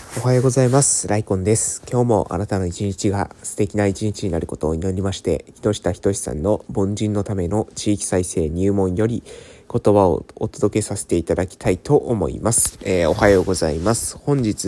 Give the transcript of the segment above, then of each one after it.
おはようございます。ライコンです。今日もあなたの一日が素敵な一日になることを祈りまして、木下仁さんの凡人のための地域再生入門より言葉をお届けさせていただきたいと思います。おはようございます。本日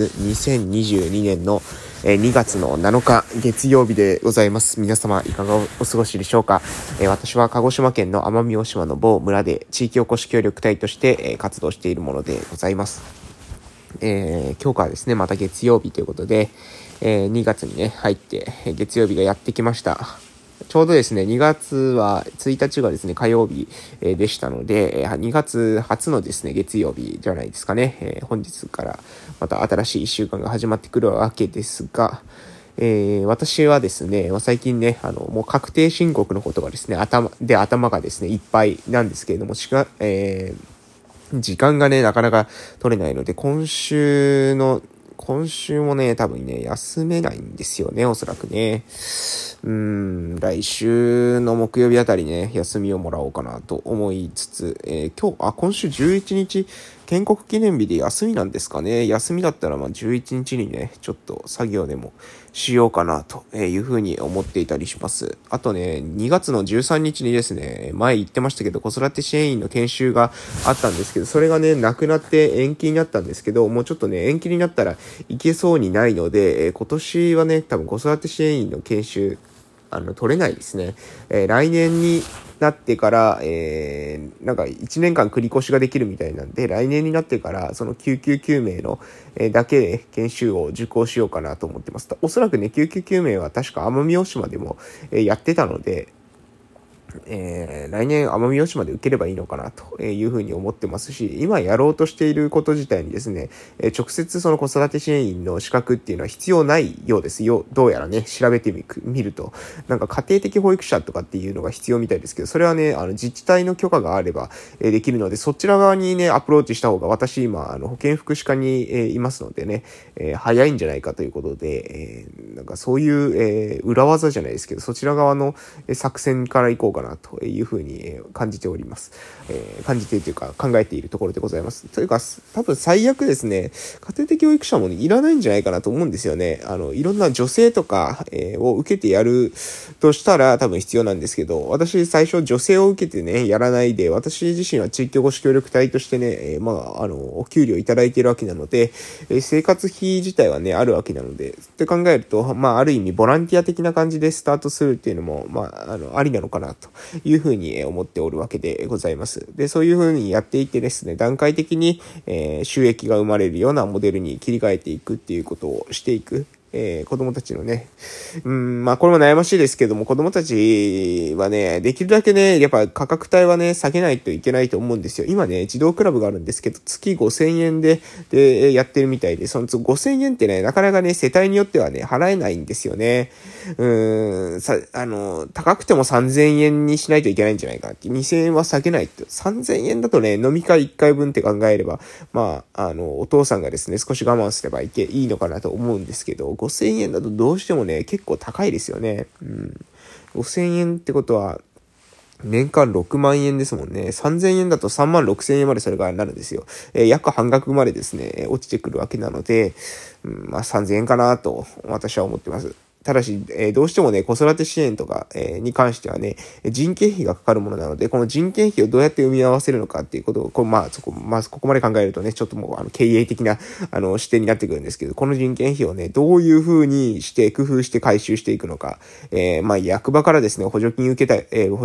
2022年の2月の7日月曜日でございます。皆様いかがお過ごしでしょうか。私は鹿児島県の奄美大島の某村で地域おこし協力隊として活動しているものでございます。今日からですね、また月曜日ということで、2月にね、入って、月曜日がやってきました。ちょうどですね、2月は、1日がですね、火曜日、でしたので、2月初のですね、月曜日じゃないですかね。本日からまた新しい1週間が始まってくるわけですが、私はですね、最近ね、もう確定申告のことがですね、頭がですね、いっぱいなんですけれども、時間がね、なかなか取れないので、今週もね、多分ね、休めないんですよね、おそらくね。来週の木曜日あたりね、休みをもらおうかなと思いつつ、今週11日、建国記念日で休みなんですかね。休みだったら11日にね、ちょっと作業でもしようかなというふうに思っていたりします。あとね、2月の13日にですね、前言ってましたけど、子育て支援員の研修があったんですけど、それがね、なくなって延期になったんですけど、もうちょっとね、延期になったらいけそうにないので、今年はね、多分子育て支援員の研修、取れないですね。来年になってから、なんか1年間繰り越しができるみたいなんで、来年になってからその救急救命の、だけで研修を受講しようかなと思ってます。おそらくね、救急救命は確か奄美大島でも、やってたので、来年奄美大島で受ければいいのかなというふうに思ってますし、今やろうとしていること自体にですね、直接その子育て支援員の資格っていうのは必要ないようですよ。どうやらね、調べてみると、なんか家庭的保育者とかっていうのが必要みたいですけど、それはね、自治体の許可があれば、できるので、そちら側にね、アプローチした方が、私今、保健福祉課に、いますのでね、早いんじゃないかということで、なんかそういう、裏技じゃないですけど、そちら側の作戦から行こうかなというふうに感じております。感じているというか考えているところでございます。というか、多分最悪ですね、家庭的教育者も、ね、いらないんじゃないかなと思うんですよね。いろんな助成とか、を受けてやるとしたら多分必要なんですけど、私最初助成を受けてね、やらないで、私自身は地域おこし協力隊としてね、お給料いただいているわけなので、生活費自体はね、あるわけなので、って考えると、ある意味ボランティア的な感じでスタートするっていうのも、ありなのかなというふうに思っておるわけでございます。で、そういうふうにやっていってですね、段階的に、収益が生まれるようなモデルに切り替えていくっていうことをしていく。子供たちのね、これも悩ましいですけども、子供たちはね、できるだけね、やっぱ価格帯はね、下げないといけないと思うんですよ。今ね、児童クラブがあるんですけど、月5000円で、やってるみたいで、その5000円ってね、なかなかね、世帯によってはね、払えないんですよね。高くても3000円にしないといけないんじゃないかなって。2000円は下げないと。3000円だとね、飲み会1回分って考えれば、お父さんがですね、少し我慢すればいいのかなと思うんですけど、5000円だとどうしてもね、結構高いですよね。5000円ってことは、年間6万円ですもんね。3000円だと3万6千円までそれがなるんですよ。約半額までですね、落ちてくるわけなので、3000円かなと私は思ってます。ただし、どうしてもね、子育て支援とか、に関してはね、人件費がかかるものなので、この人件費をどうやって生み合わせるのかっていうことを、ここまで考えるとね、ちょっともう、経営的な、視点になってくるんですけど、この人件費をね、どういう風にして、工夫して回収していくのか、役場からですね、補助を受けた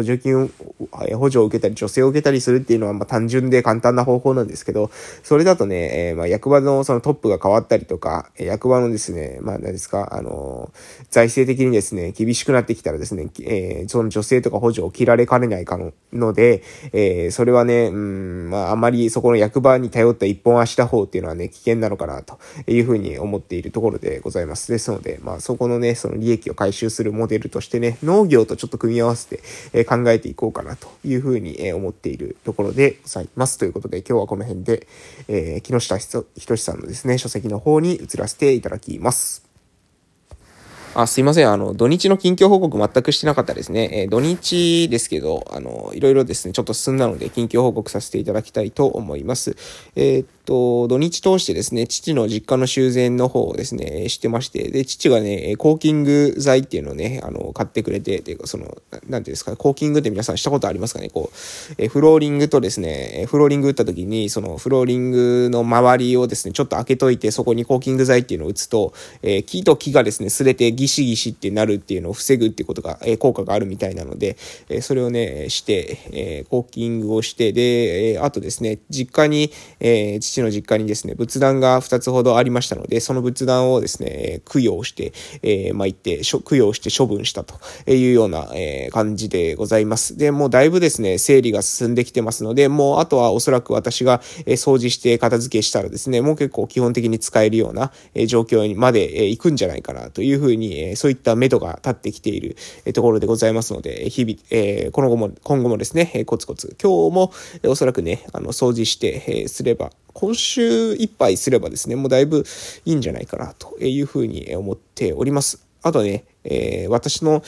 り、助成を受けたりするっていうのは、単純で簡単な方法なんですけど、それだとね、役場のそのトップが変わったりとか、役場のですね、何ですか、財政的にですね、厳しくなってきたらですね、その助成とか補助を切られかねないので、それはね、あまりそこの役場に頼った一本足打法っていうのはね、危険なのかなというふうに思っているところでございます。ですので、そこのね、その利益を回収するモデルとしてね、農業とちょっと組み合わせて、考えていこうかなというふうに、思っているところでございます。ということで、今日はこの辺で、木下仁さんのですね、書籍の方に移らせていただきます。すいません。土日の近況報告全くしてなかったですね。土日ですけど、いろいろですね、ちょっと進んだので、近況報告させていただきたいと思います。 土日通してですね、父の実家の修繕の方をですね、してまして、で、父がね、コーキング剤っていうのをね、買ってくれて、で、なんていうんですか、コーキングって皆さんしたことありますかね？フローリングとですね、フローリング打った時に、そのフローリングの周りをですね、ちょっと開けといて、そこにコーキング剤っていうのを打つと、木と木がですね、擦れてギシギシってなるっていうのを防ぐっていうことが、効果があるみたいなので、それをね、して、コーキングをして、で、あとですね、父の実家にですね、仏壇が2つほどありましたので、その仏壇をですね、供養して、供養して処分したというような、感じでございます。で、もうだいぶですね、整理が進んできてますので、もうあとはおそらく私が、掃除して片付けしたらですね、もう結構基本的に使えるような、状況にまで、行くんじゃないかなというふうに、そういった目処が立ってきている、ところでございますので、日々、今後もですね、コツコツ、今日も、おそらくね、掃除して、すれば、今週いっぱいすればですね、もうだいぶいいんじゃないかなというふうに思っております。あとね、私の、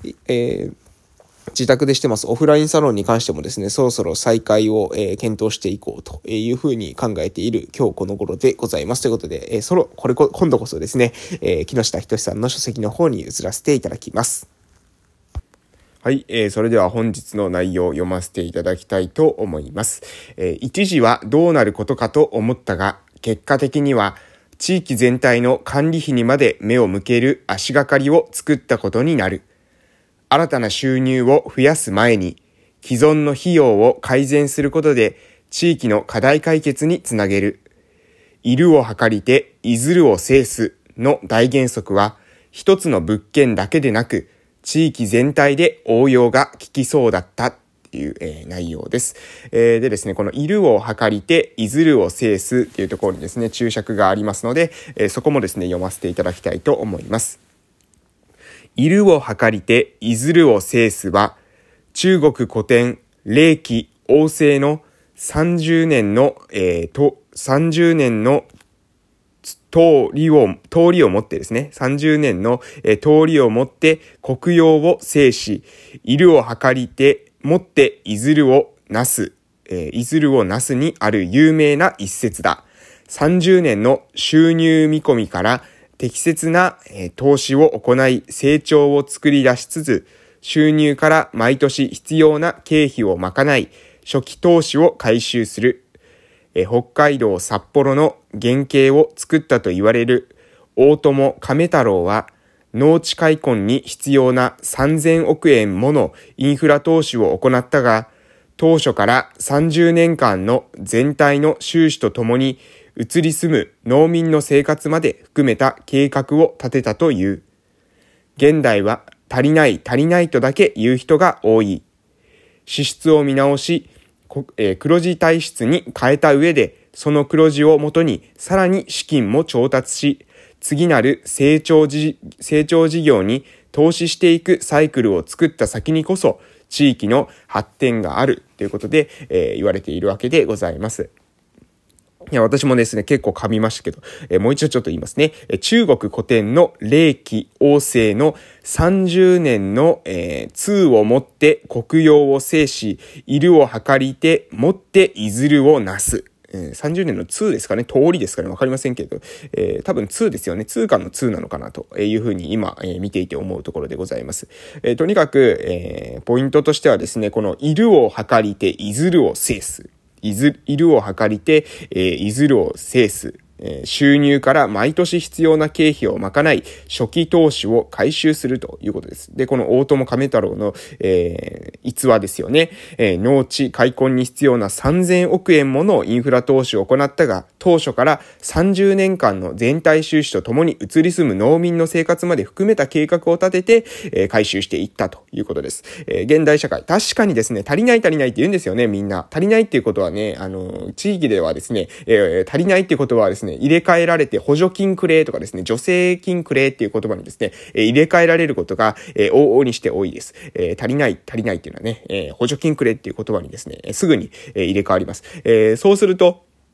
自宅でしてますオフラインサロンに関してもですね、そろそろ再開を、検討していこうというふうに考えている今日この頃でございます。ということで、今度こそですね、木下仁さんの書籍の方に移らせていただきます。はい、それでは本日の内容を読ませていただきたいと思います。一時はどうなることかと思ったが、結果的には地域全体の管理費にまで目を向ける足がかりを作ったことになる。新たな収入を増やす前に、既存の費用を改善することで地域の課題解決につなげる。いるを計りていずるを制すの大原則は、一つの物件だけでなく、地域全体で応用が効きそうだったっていう、内容です。でですね、このいるを計りていずるを制すっていうところにですね、注釈がありますので、そこもですね、読ませていただきたいと思います。いるを計りていずるを制すは、中国古典霊紀王政の30年の、通りをもってですね、30年の、通りをもって国用を制し、いるを計りてもっていずるをなす、いずるをなすにある有名な一節だ。30年の収入見込みから適切な、投資を行い成長を作り出しつつ、収入から毎年必要な経費を賄い、初期投資を回収する。北海道札幌の原型を作ったと言われる大友亀太郎は、農地開墾に必要な3000億円ものインフラ投資を行ったが、当初から30年間の全体の収支とともに移り住む農民の生活まで含めた計画を立てたという。現代は足りないとだけ言う人が多い。支出を見直し、黒字体質に変えた上で、その黒字をもとにさらに資金も調達し、次なる成長事業に投資していくサイクルを作った先にこそ、地域の発展があるということで、言われているわけでございます。いや、私もですね、結構噛みましたけど、もう一度ちょっと言いますね。中国古典の霊紀王政の30年の、通をもって国用を制し、いるを計りてもっていずるをなす。30年の通ですかね、通りですかね、わかりませんけど、多分通ですよね、通貨の通なのかなというふうに今、見ていて思うところでございます。とにかく、ポイントとしてはですね、このいるを計りていずるを制す。いるを計りて、いずるを制す。収入から毎年必要な経費を賄い、初期投資を回収するということです。で、この大友亀太郎の、逸話ですよね。農地開墾に必要な3000億円ものインフラ投資を行ったが、当初から30年間の全体収支とともに移り住む農民の生活まで含めた計画を立てて、回収していったということです。現代社会、確かにですね、足りないって言うんですよね、みんな。足りないっていうことはね、地域ではですね、足りないっていうことはですね、入れ替えられて補助金くれとかですね、助成金くれっていう言葉にですね、入れ替えられることが、往々にして多いです。足りないっていうのはね、補助金くれっていう言葉にですね、すぐに、入れ替わります。そうすると、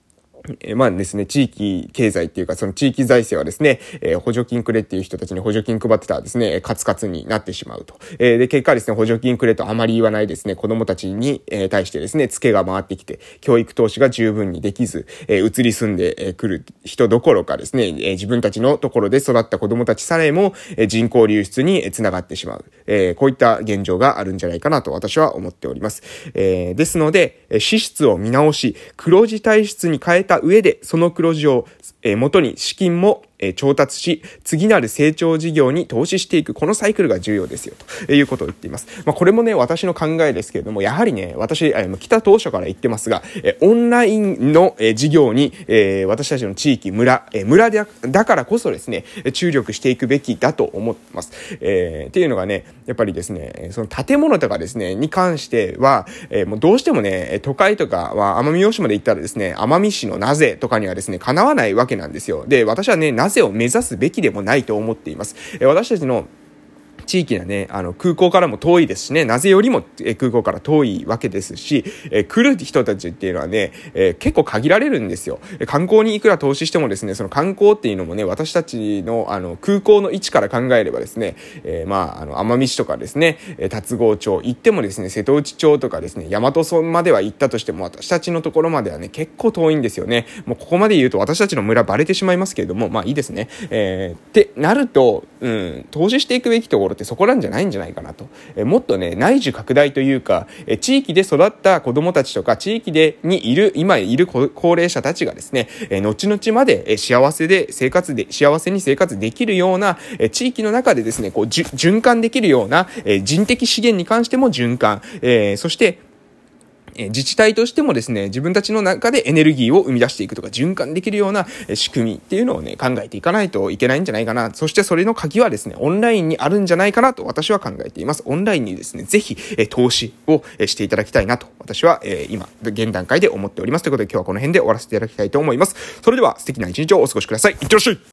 まあですね、地域経済っていうか、その地域財政はですね、補助金くれっていう人たちに補助金配ってたらですね、カツカツになってしまうと。で、結果ですね、補助金くれとあまり言わないですね、子供たちに、対してですね、ツケが回ってきて、教育投資が十分にできず、移り住んでくる人どころかですね、自分たちのところで育った子供たちさえも、人口流出につながってしまう。こういった現状があるんじゃないかなと私は思っております。ですので、支出を見直し、黒字体質に変えた上で、その黒字を元に資金も調達し、次なる成長事業に投資していく、このサイクルが重要ですよ、ということを言っています。これもね、私の考えですけれども、やはりね、私、来た当初から言ってますが、オンラインの事業に、私たちの地域、村だからこそですね、注力していくべきだと思ってます。っていうのがね、やっぱりですね、その建物とかですね、に関しては、もうどうしてもね、都会とかは奄美大島で行ったらですね、奄美市のなぜとかにはですね、かなわないわけなんですよ。で、私はね、なぜを目指すべきでもないと思っています。私たちの地域はね、空港からも遠いですしね、なぜよりも空港から遠いわけですし、来る人たちっていうのはね、結構限られるんですよ。観光にいくら投資してもですね、その観光っていうのもね、私たちの空港の位置から考えればですね、奄美市とかですね、龍郷町行ってもですね、瀬戸内町とかですね、大和村までは行ったとしても、私たちのところまではね、結構遠いんですよね。もうここまで言うと私たちの村バレてしまいますけれども、まあいいですね。ってなると、投資していくべきところってそこなんじゃないんじゃないかなと。もっとね、内需拡大というか、地域で育った子供たちとか、地域で今いる高齢者たちがですね、後々まで幸せに生活できるような、地域の中でですね、こう循環できるような、人的資源に関しても循環、そして自治体としてもですね、自分たちの中でエネルギーを生み出していくとか、循環できるような仕組みっていうのをね、考えていかないといけないんじゃないかな。そしてそれの鍵はですね、オンラインにあるんじゃないかなと私は考えています。オンラインにですね、ぜひ投資をしていただきたいなと私は今、現段階で思っております。ということで今日はこの辺で終わらせていただきたいと思います。それでは素敵な一日をお過ごしください。いってらっしゃい。